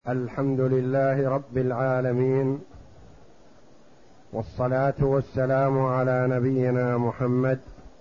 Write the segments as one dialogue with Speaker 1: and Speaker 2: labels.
Speaker 1: الحمد لله رب العالمين، والصلاة والسلام على نبينا محمد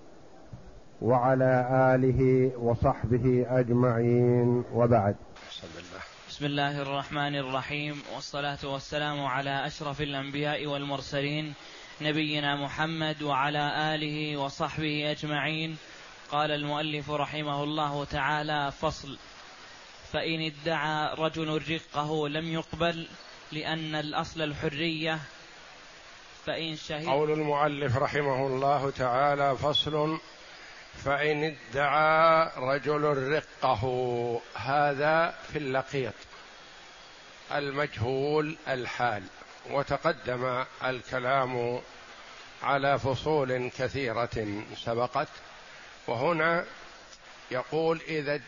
Speaker 1: وعلى آله وصحبه أجمعين، وبعد.
Speaker 2: بسم الله الرحمن الرحيم، والصلاة والسلام على أشرف الأنبياء والمرسلين نبينا محمد وعلى آله وصحبه أجمعين. قال المؤلف رحمه الله تعالى: فصل: فإن ادعى رجل رقه لم يقبل لأن الأصل الحرية، فإن شهد.
Speaker 3: قول المؤلف رحمه الله تعالى: فصل: فإن ادعى رجل رقه، هذا في اللقيط المجهول الحال، وتقدم الكلام على فصول كثيرة سبقت، وهنا يقول إذا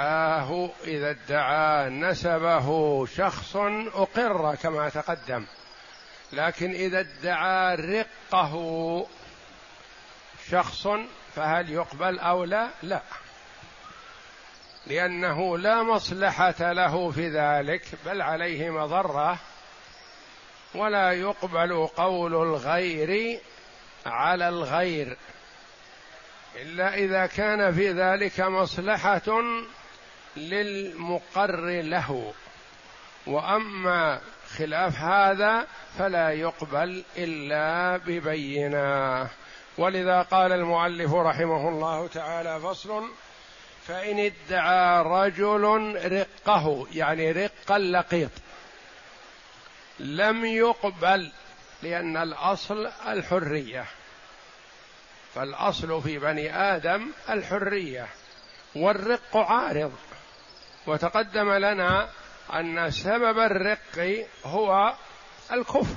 Speaker 3: ادعى نسبه شخص أقر كما تقدم، لكن إذا ادعى رقه شخص فهل يقبل أو لا؟ لا، لأنه لا مصلحة له في ذلك، بل عليه مضرة، ولا يقبل قول الغير على الغير إلا إذا كان في ذلك مصلحة للمقر له، وأما خلاف هذا فلا يقبل إلا ببينة. ولذا قال المؤلف رحمه الله تعالى: فصل: فإن ادعى رجل رقه، يعني رق اللقيط، لم يقبل، لأن الأصل الحرية، فالأصل في بني آدم الحرية، والرق عارض، وتقدم لنا أن سبب الرق هو الكفر،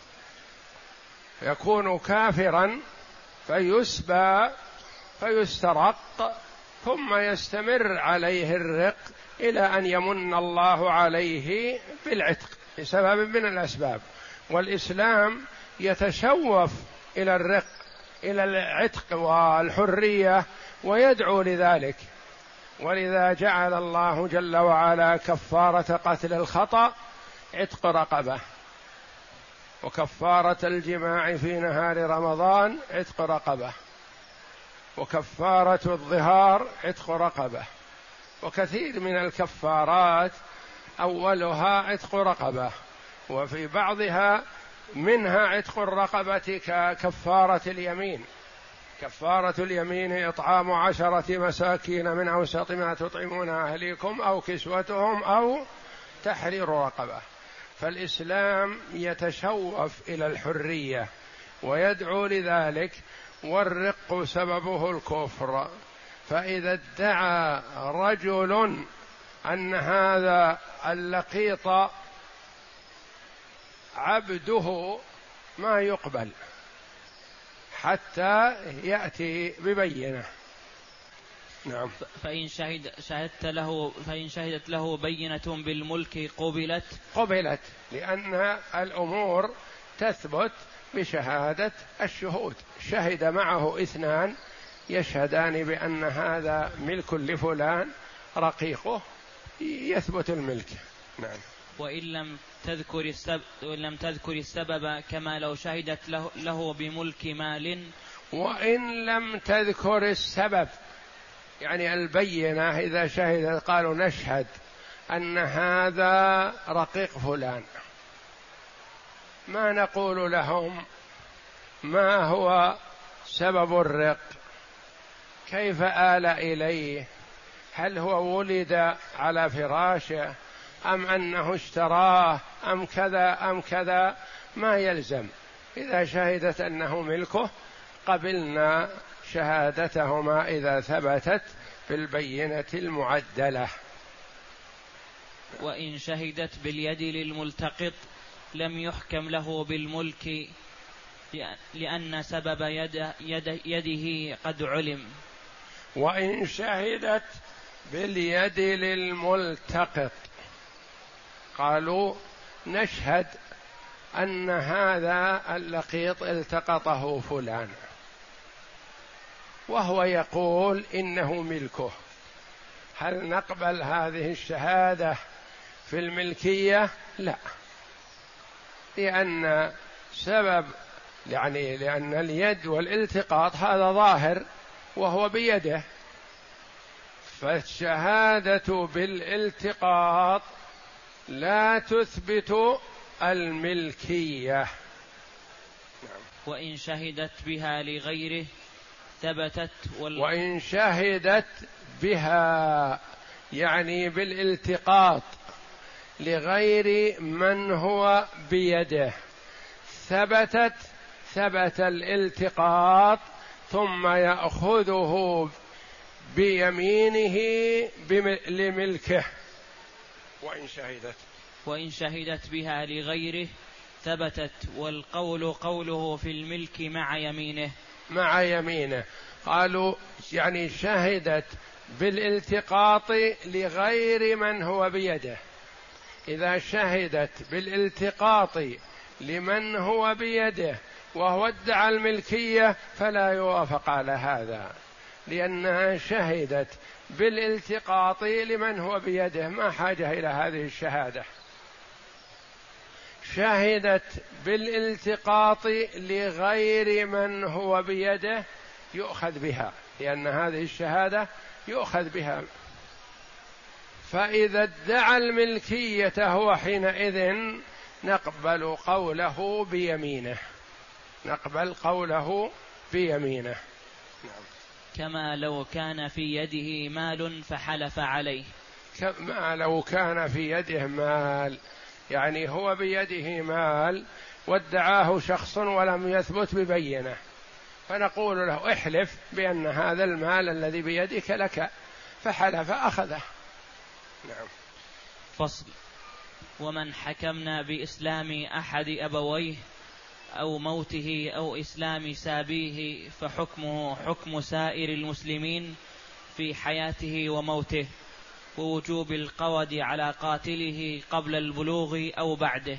Speaker 3: يكون كافرا فيسبى فيسترق، ثم يستمر عليه الرق إلى أن يمن الله عليه بالعتق بسبب من الأسباب. والإسلام يتشوف إلى الرق، إلى العتق والحرية، ويدعو لذلك، ولذا جعل الله جل وعلا كفارة قتل الخطأ عتق رقبة، وكفارة الجماع في نهار رمضان عتق رقبة، وكفارة الظهار عتق رقبة، وكثير من الكفارات أولها عتق رقبة، وفي بعضها منها عتق الرقبة ككفارة اليمين. كفارة اليمين إطعام 10 مساكين من أوسط ما تطعمون أهليكم أو كسوتهم أو تحرير رقبة. فالإسلام يتشوف إلى الحرية ويدعو لذلك، والرق سببه الكفر. فإذا ادعى رجل أن هذا اللقيط عبده ما يقبل حتى يأتي ببينة. نعم.
Speaker 2: فإن شهدت له بينة بالملك قبلت،
Speaker 3: لأن الأمور تثبت بشهادة الشهود. شهد معه 2 يشهدان بأن هذا ملك لفلان رقيقه، يثبت الملك. نعم.
Speaker 2: وإن لم تذكر السبب كما لو شهدت له بملك مال.
Speaker 3: وإن لم تذكر السبب، يعني البينة، إذا شهدت قالوا نشهد أن هذا رقيق فلان، ما نقول لهم ما هو سبب الرق، كيف آل إليه، هل هو ولد على فراشه أم أنه اشتراه أم كذا أم كذا، ما يلزم. إذا شهدت أنه ملكه قبلنا شهادتهما إذا ثبتت بالبينة المعدلة.
Speaker 2: وإن شهدت باليد للملتقط لم يحكم له بالملك، لأن سبب يده قد علم.
Speaker 3: وإن شهدت باليد للملتقط قالوا نشهد أن هذا اللقيط التقطه فلان، وهو يقول إنه ملكه، هل نقبل هذه الشهادة في الملكية لا، لأن سبب لأن اليد والالتقاط هذا ظاهر وهو بيده، فالشهادة بالالتقاط لا تثبت الملكية.
Speaker 2: وإن شهدت بها لغيره ثبتت
Speaker 3: وإن شهدت بها يعني بالالتقاط لغير من هو بيده ثبت الالتقاط، ثم يأخذه بيمينه لملكه.
Speaker 2: وإن شهدت بها لغيره ثبتت، والقول قوله في الملك مع يمينه.
Speaker 3: قالوا يعني شهدت بالالتقاط لغير من هو بيده. إذا شهدت بالالتقاط لمن هو بيده وهو ادعى الملكية فلا يوافق على هذا، لأنها شهدت بالالتقاط لمن هو بيده، ما حاجة إلى هذه الشهادة. شهدت بالالتقاط لغير من هو بيده يؤخذ بها، لأن هذه الشهادة يؤخذ بها. فإذا ادعى الملكية هو حينئذ نقبل قوله بيمينه.
Speaker 2: كما لو كان في يده مال فحلف عليه.
Speaker 3: كما لو كان في يده مال، يعني هو بيده مال وادعاه شخص ولم يثبت ببينه، فنقول له احلف بأن هذا المال الذي بيدك لك، فحلف أخذه. نعم.
Speaker 2: فصل. ومن حكمنا بإسلام أحد أبويه أو موته أو إسلام سابيه فحكمه حكم سائر المسلمين في حياته وموته، ووجوب القود على قاتله قبل البلوغ أو بعده.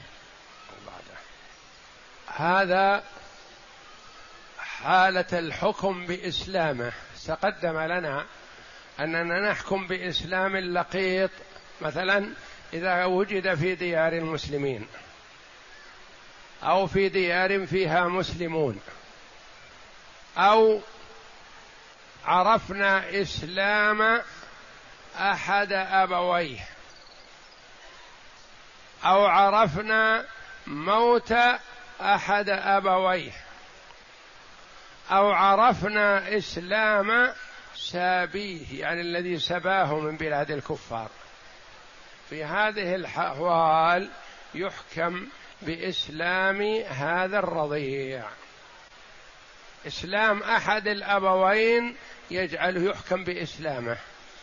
Speaker 3: هذا حالة الحكم بإسلامه. تقدم لنا أننا نحكم بإسلام اللقيط، مثلا إذا وجد في ديار المسلمين أو في ديار فيها مسلمون، أو عرفنا إسلام أحد أبويه، أو عرفنا موت أحد أبويه، أو عرفنا إسلام سابيه يعني الذي سباه من بلاد الكفار. في هذه الأحوال يحكم بإسلام هذا الرضيع. إسلام أحد الأبوين يجعله يحكم بإسلامه.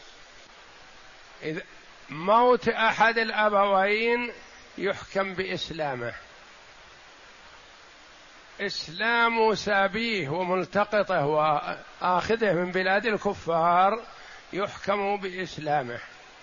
Speaker 3: إذا موت أحد الأبوين يحكم بإسلامه. إسلام سابيه وملتقطه وآخذه من بلاد الكفار يحكم بإسلامه.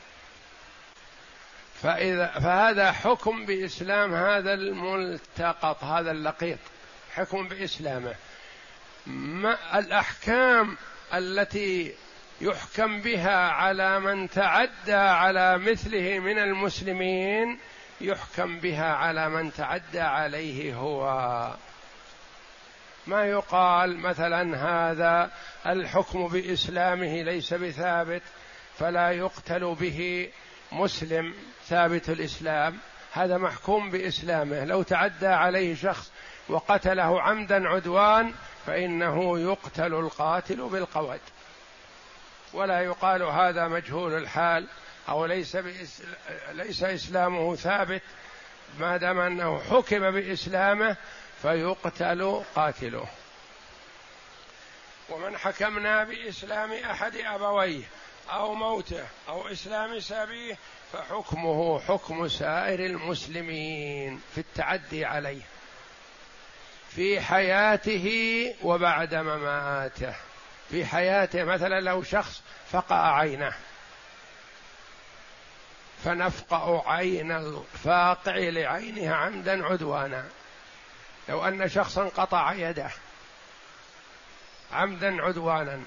Speaker 3: فهذا حكم بإسلام هذا الملتقط، هذا اللقيط، حكم بإسلامه. ما الأحكام التي يحكم بها على من تعدى على مثله من المسلمين يحكم بها على من تعدى عليه هو. ما يقال مثلا هذا الحكم بإسلامه ليس بثابت فلا يقتل به مسلم ثابت الإسلام، هذا محكوم بإسلامه. لو تعدى عليه شخص وقتله عمدا عدوان فإنه يقتل القاتل بالقود، ولا يقال هذا مجهول الحال أو ليس إسلامه ثابت، ما دام أنه حكم بإسلامه فيقتل قاتله. ومن حكمنا بإسلام أحد أبويه أو موته أو إسلام سابيه فحكمه حكم سائر المسلمين في التعدي عليه في حياته وبعد مماته. في حياته مثلا لو شخص فقع عينه فنفقع عين الفاقع لعينها عمدا عدوانا، لو أن شخصا قطع يده عمدا عدوانا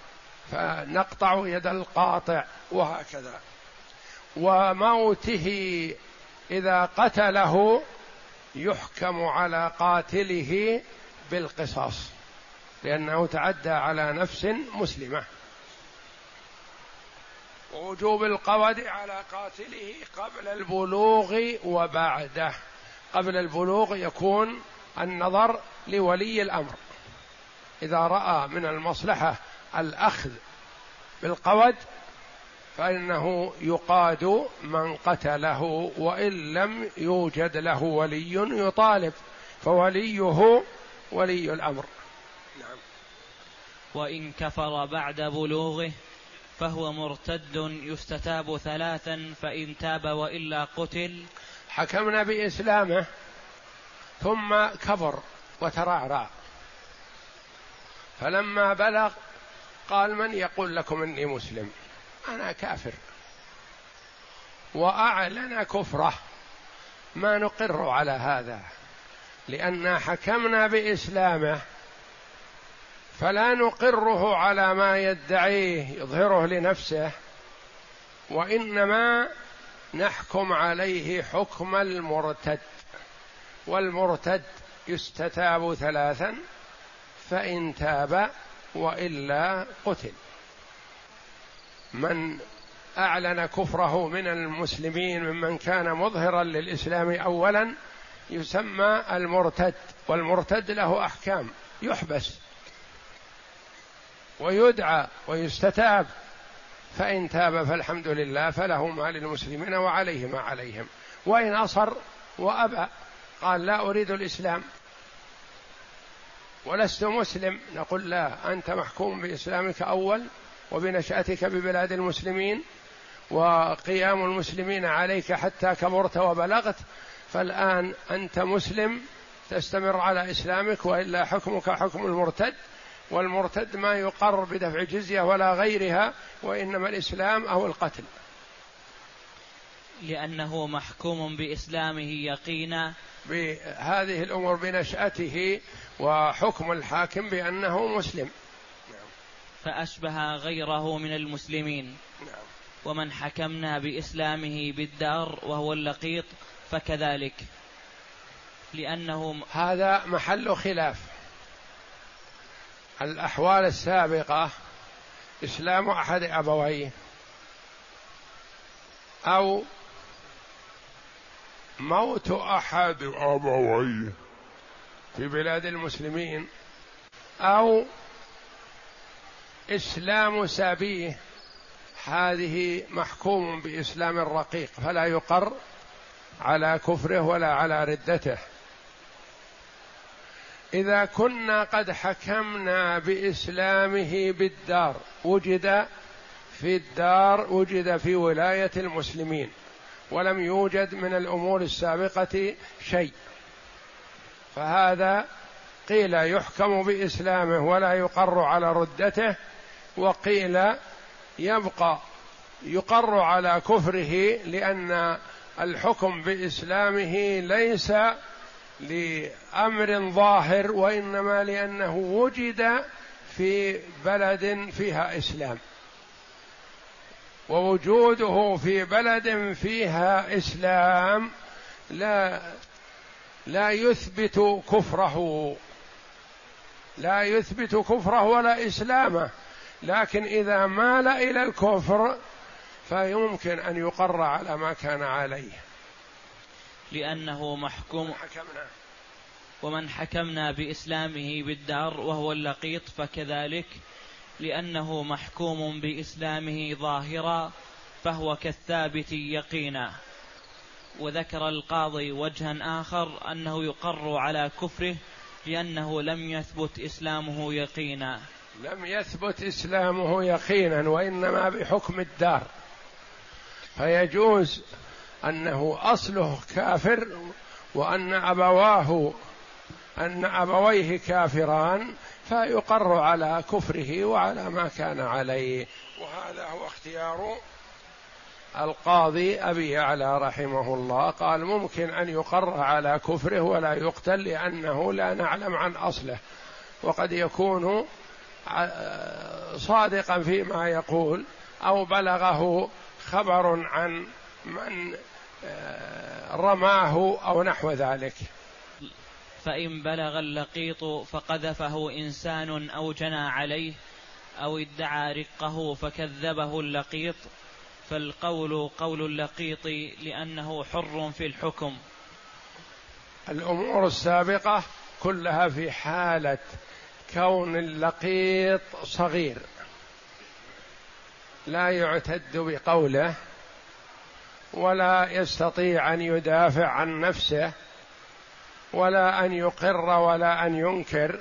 Speaker 3: فنقطع يد القاطع، وهكذا. وموته إذا قتله يحكم على قاتله بالقصاص، لأنه تعدى على نفس مسلمة. ووجوب القود على قاتله قبل البلوغ وبعده. قبل البلوغ يكون النظر لولي الأمر، إذا رأى من المصلحة الأخذ بالقود فإنه يقاد من قتله، وإن لم يوجد له ولي يطالب، فوليه ولي الأمر. نعم.
Speaker 2: وإن كفر بعد بلوغه فهو مرتد يستتاب 3، فإن تاب وإلا قتل.
Speaker 3: حكمنا بإسلامه ثم كفر وترعرع، فلما بلغ قال: من يقول لكم إني مسلم؟ أنا كافر، وأعلن كفره. ما نقر على هذا، لأن حكمنا بإسلامه، فلا نقره على ما يدعيه يظهره لنفسه، وإنما نحكم عليه حكم المرتد. والمرتد يستتاب 3، فإن تاب وإلا قتل. من أعلن كفره من المسلمين ممن كان مظهرا للإسلام أولا يسمى المرتد، والمرتد له أحكام، يحبس ويدعى ويستتاب، فإن تاب فالحمد لله، فله ما للمسلمين وعليه ما عليهم. وإن أصر وأبى قال: لا أريد الإسلام ولست مسلم، نقول: لا، أنت محكوم بإسلامك أول وبنشأتك ببلاد المسلمين وقيام المسلمين عليك حتى كبرت وبلغت، فالآن أنت مسلم تستمر على إسلامك، وإلا حكمك حكم المرتد، والمرتد ما يقر بدفع جزية ولا غيرها، وإنما الإسلام أو القتل.
Speaker 2: لأنه محكوم بإسلامه يقينا
Speaker 3: بهذه الأمور بنشأته، وحكم الحاكم بأنه مسلم.
Speaker 2: فأشبه غيره من المسلمين. ومن حكمنا بإسلامه بالدار وهو اللقيط فكذلك، لأنه
Speaker 3: هذا محل خلاف. الأحوال السابقة إسلام أحد أبويه أو موت أحد أبويه في بلاد المسلمين أو إسلام سبيه، هذه محكوم بإسلام الرقيق، فلا يقر على كفره ولا على ردته. إذا كنا قد حكمنا بإسلامه بالدار، وجد في الدار، وجد في ولاية المسلمين، ولم يوجد من الأمور السابقة شيء، فهذا قيل يحكم بإسلامه ولا يقر على ردته، وقيل يبقى يقر على كفره، لأن الحكم بإسلامه ليس لأمر ظاهر، وإنما لأنه وجد في بلد فيها إسلام، ووجوده في بلد فيها إسلام لا يثبت كفره، لا يثبت كفره ولا إسلامه، لكن إذا مال إلى الكفر فيمكن أن يقر على ما كان عليه،
Speaker 2: لأنه محكوم. ومن حكمنا بإسلامه بالدار وهو اللقيط فكذلك، لأنه محكوم بإسلامه ظاهرا فهو كالثابت يقينا. وذكر القاضي وجها آخر أنه يقر على كفره لأنه لم يثبت إسلامه يقينا.
Speaker 3: لم يثبت إسلامه يقينا، وإنما بحكم الدار، فيجوز أنه أصله كافر وأن أبويه كافران، فيقر على كفره وعلى ما كان عليه. وهذا هو اختيار القاضي أبي يعلى رحمه الله، قال ممكن أن يقر على كفره ولا يقتل، لأنه لا نعلم عن أصله، وقد يكون صادقا فيما يقول، أو بلغه خبر عن من رماه أو نحو ذلك.
Speaker 2: فإن بلغ اللقيط فقذفه إنسان أو جنى عليه أو ادعى رقه فكذبه اللقيط، فالقول قول اللقيط لأنه حر في الحكم.
Speaker 3: الأمور السابقة كلها في حالة كون اللقيط صغير لا يعتد بقوله ولا يستطيع أن يدافع عن نفسه ولا أن يقر ولا أن ينكر.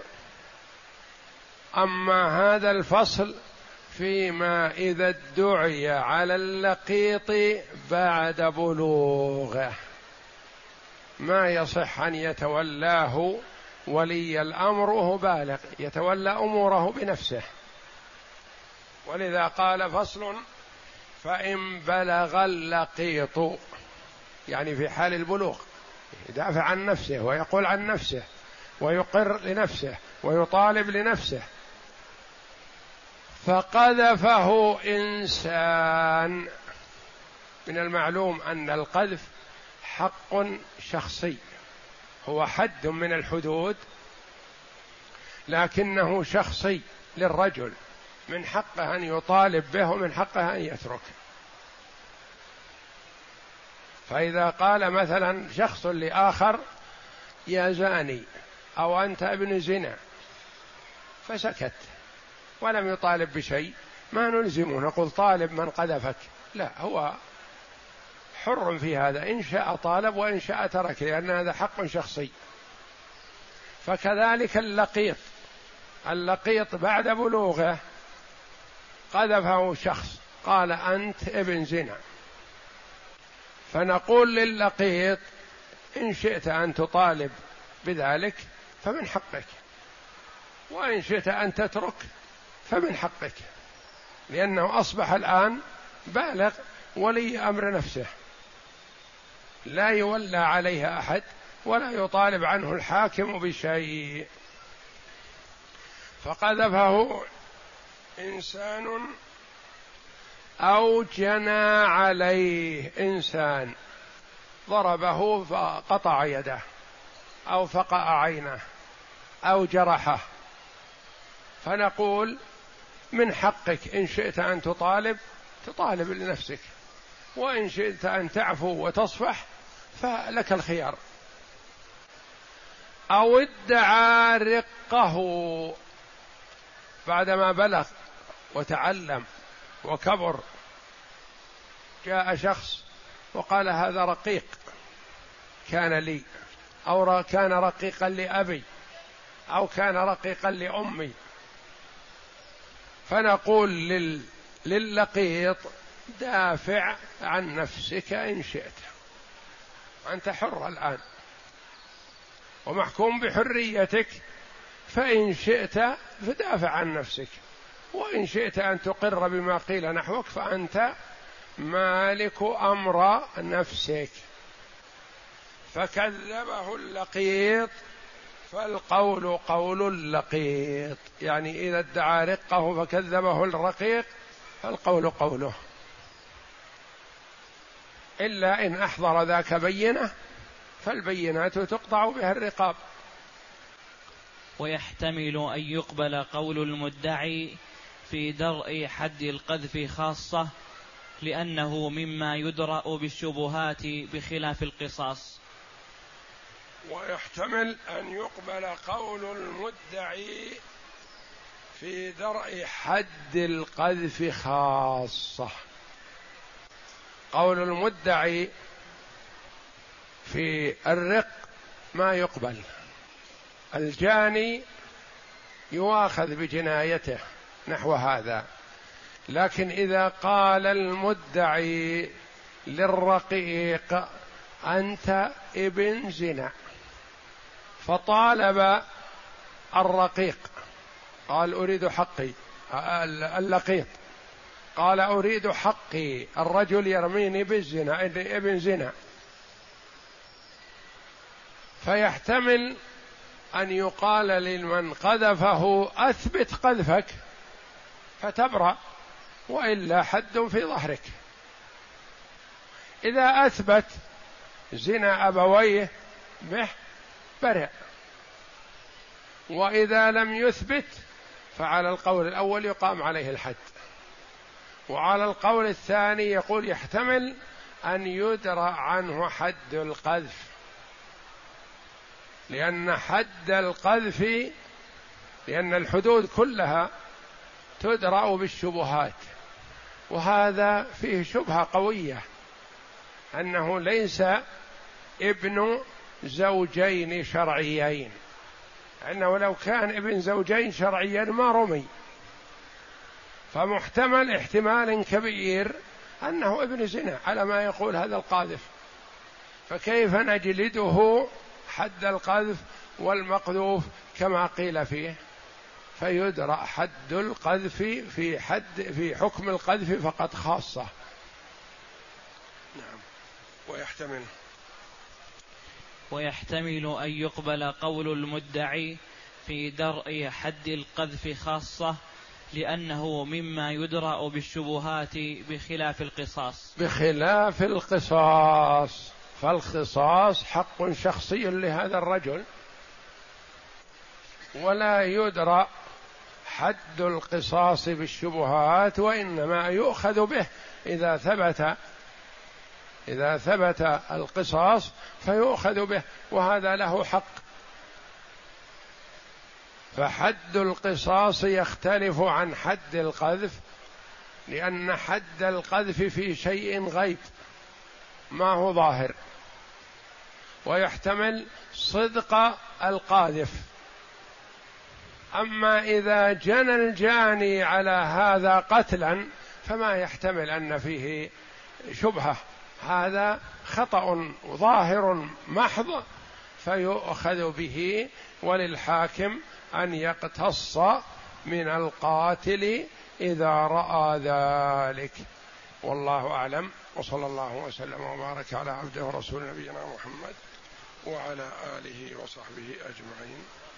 Speaker 3: أما هذا الفصل فيما إذا ادعي على اللقيط بعد بلوغه ما يصح أن يتولاه ولي الأمر وهو بالغ، يتولى أموره بنفسه. ولذا قال فصل: فإن بلغ اللقيط، يعني في حال البلوغ يدافع عن نفسه ويقول عن نفسه ويقر لنفسه ويطالب لنفسه، فقذفه إنسان. من المعلوم أن القذف حق شخصي، هو حد من الحدود لكنه شخصي للرجل، من حقه أن يطالب به ومن حقه أن يترك. فإذا قال مثلا شخص لآخر: يا زاني، أو أنت ابن زنا، فسكت ولم يطالب بشيء، ما نلزمه نقول طالب من قذفك، لا، هو حر في هذا، إن شاء طالب وإن شاء ترك، لأن هذا حق شخصي. فكذلك اللقيط بعد بلوغه قذفه شخص قال: أنت ابن زنا، فنقول للقيط: إن شئت أن تطالب بذلك فمن حقك، وإن شئت أن تترك فمن حقك، لأنه أصبح الآن بالغ ولي أمر نفسه، لا يولى عليها أحد ولا يطالب عنه الحاكم بشيء. فقذفه إنسان أو جنى عليه إنسان، ضربه فقطع يده أو فقع عينه أو جرحه، فنقول: من حقك إن شئت أن تطالب لنفسك، وإن شئت أن تعفو وتصفح فلك الخيار. أو ادعى رقه، بعدما بلغ وتعلم وكبر جاء شخص وقال: هذا رقيق كان لي، أو كان رقيقا لأبي، أو كان رقيقا لأمي، فنقول للقيط: دافع عن نفسك إن شئت، أنت حر الآن ومحكوم بحريتك، فإن شئت فدافع عن نفسك، وإن شئت أن تقر بما قيل نحوك فأنت مالك أمر نفسك. فكذبه اللقيط، فالقول قول اللقيط، يعني إذا ادعى رقه فكذبه الرقيق فالقول قوله، إلا إن أحضر ذاك بينة، فالبينات تقطع بها الرقاب.
Speaker 2: ويحتمل أن يقبل قول المدعي في درء حد القذف خاصة، لأنه مما يدرأ بالشبهات بخلاف القصاص.
Speaker 3: ويحتمل أن يقبل قول المدعي في درء حد القذف خاصة. قول المدعي في الرق ما يقبل، الجاني يؤاخذ بجنايته نحو هذا، لكن إذا قال المدعي للرقيق: أنت ابن زنا، فطالب الرقيق قال: أريد حقي، اللقيط قال: أريد حقي، الرجل يرميني بالزنا، ابن زنا، فيحتمل أن يقال لمن قذفه: أثبت قذفك فتبرأ، وإلا حد في ظهرك. إذا أثبت زنا أبويه به برئ. وإذا لم يثبت فعلى القول الأول يقام عليه الحد، وعلى القول الثاني يقول يحتمل أن يدرأ عنه حد القذف، لأن حد القذف، لأن الحدود كلها تدرأ بالشبهات، وهذا فيه شبهة قوية أنه ليس ابن زوجين شرعيين، أنه لو كان ابن زوجين شرعيين ما رمي، فمحتمل احتمال كبير أنه ابن زنا على ما يقول هذا القاذف، فكيف نجلده حد القذف والمقذوف كما قيل فيه؟ فيدرأ حد القذف في حكم القذف فقط خاصة. نعم.
Speaker 2: ويحتمل أن يقبل قول المدعي في درء حد القذف خاصة، لأنه مما يدرأ بالشبهات بخلاف القصاص.
Speaker 3: بخلاف القصاص، فالقصاص حق شخصي لهذا الرجل، ولا يدرأ حد القصاص بالشبهات، وإنما يؤخذ به إذا ثبت القصاص فيؤخذ به، وهذا له حق. فحد القصاص يختلف عن حد القذف، لأن حد القذف في شيء غيب ما هو ظاهر، ويحتمل صدق القاذف. أما إذا جنى الجاني على هذا قتلا فما يحتمل أن فيه شبهة، هذا خطأ ظاهر محض فيؤخذ به، وللحاكم أن يقتص من القاتل إذا رأى ذلك. والله أعلم، وصلى الله وسلم وبارك على عبده ورسول نبينا محمد وعلى آله وصحبه أجمعين.